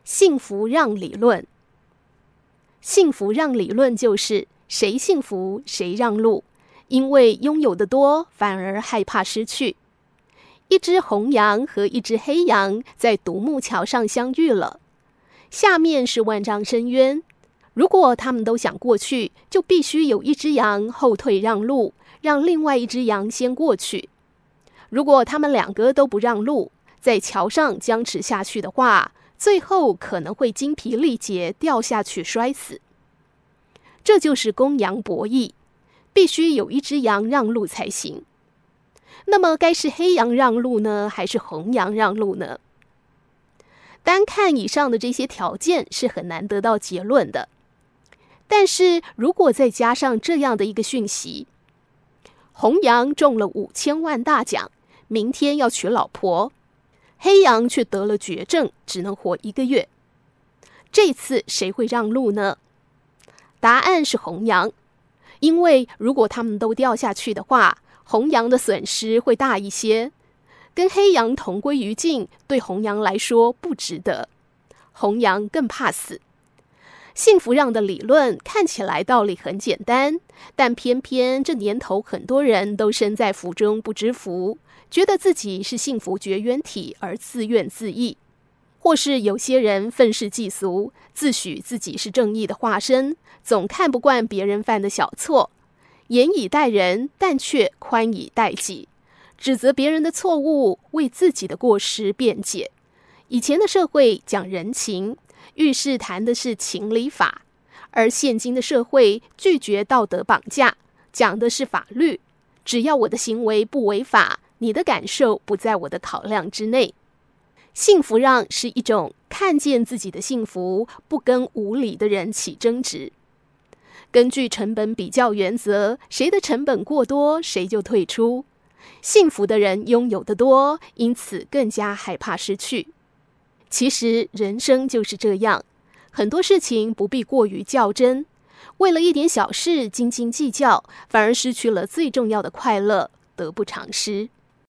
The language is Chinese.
幸福让理论。幸福让理论就是谁幸福谁让路，因为拥有的多，反而害怕失去。一只红羊和一只黑羊在独木桥上相遇了，下面是万丈深渊。如果他们都想过去，就必须有一只羊后退让路，让另外一只羊先过去。如果他们两个都不让路，在桥上僵持下去的话，最后可能会精疲力竭掉下去摔死。这就是公羊博弈，必须有一只羊让路才行。那么该是黑羊让路呢，还是红羊让路呢？单看以上的这些条件是很难得到结论的。但是如果再加上这样的一个讯息，红羊中了5000万大奖，明天要娶老婆，黑羊却得了绝症，只能活1个月。这次谁会让路呢？答案是红羊，因为如果他们都掉下去的话，红羊的损失会大一些，跟黑羊同归于尽，对红羊来说不值得。红羊更怕死。幸福让的理论看起来道理很简单，但偏偏这年头很多人都身在福中不知福，觉得自己是幸福绝缘体而自怨自艾，或是有些人愤世嫉俗，自诩自己是正义的化身，总看不惯别人犯的小错，严以待人，但却宽以待己，指责别人的错误，为自己的过失辩解。以前的社会讲人情，遇事谈的是情理法，而现今的社会拒绝道德绑架，讲的是法律，只要我的行为不违法，你的感受不在我的考量之内。幸福让是一种看见自己的幸福，不跟无理的人起争执。根据成本比较原则，谁的成本过多，谁就退出。幸福的人拥有的多，因此更加害怕失去。其实人生就是这样，很多事情不必过于较真，为了一点小事斤斤计较，反而失去了最重要的快乐，得不偿失。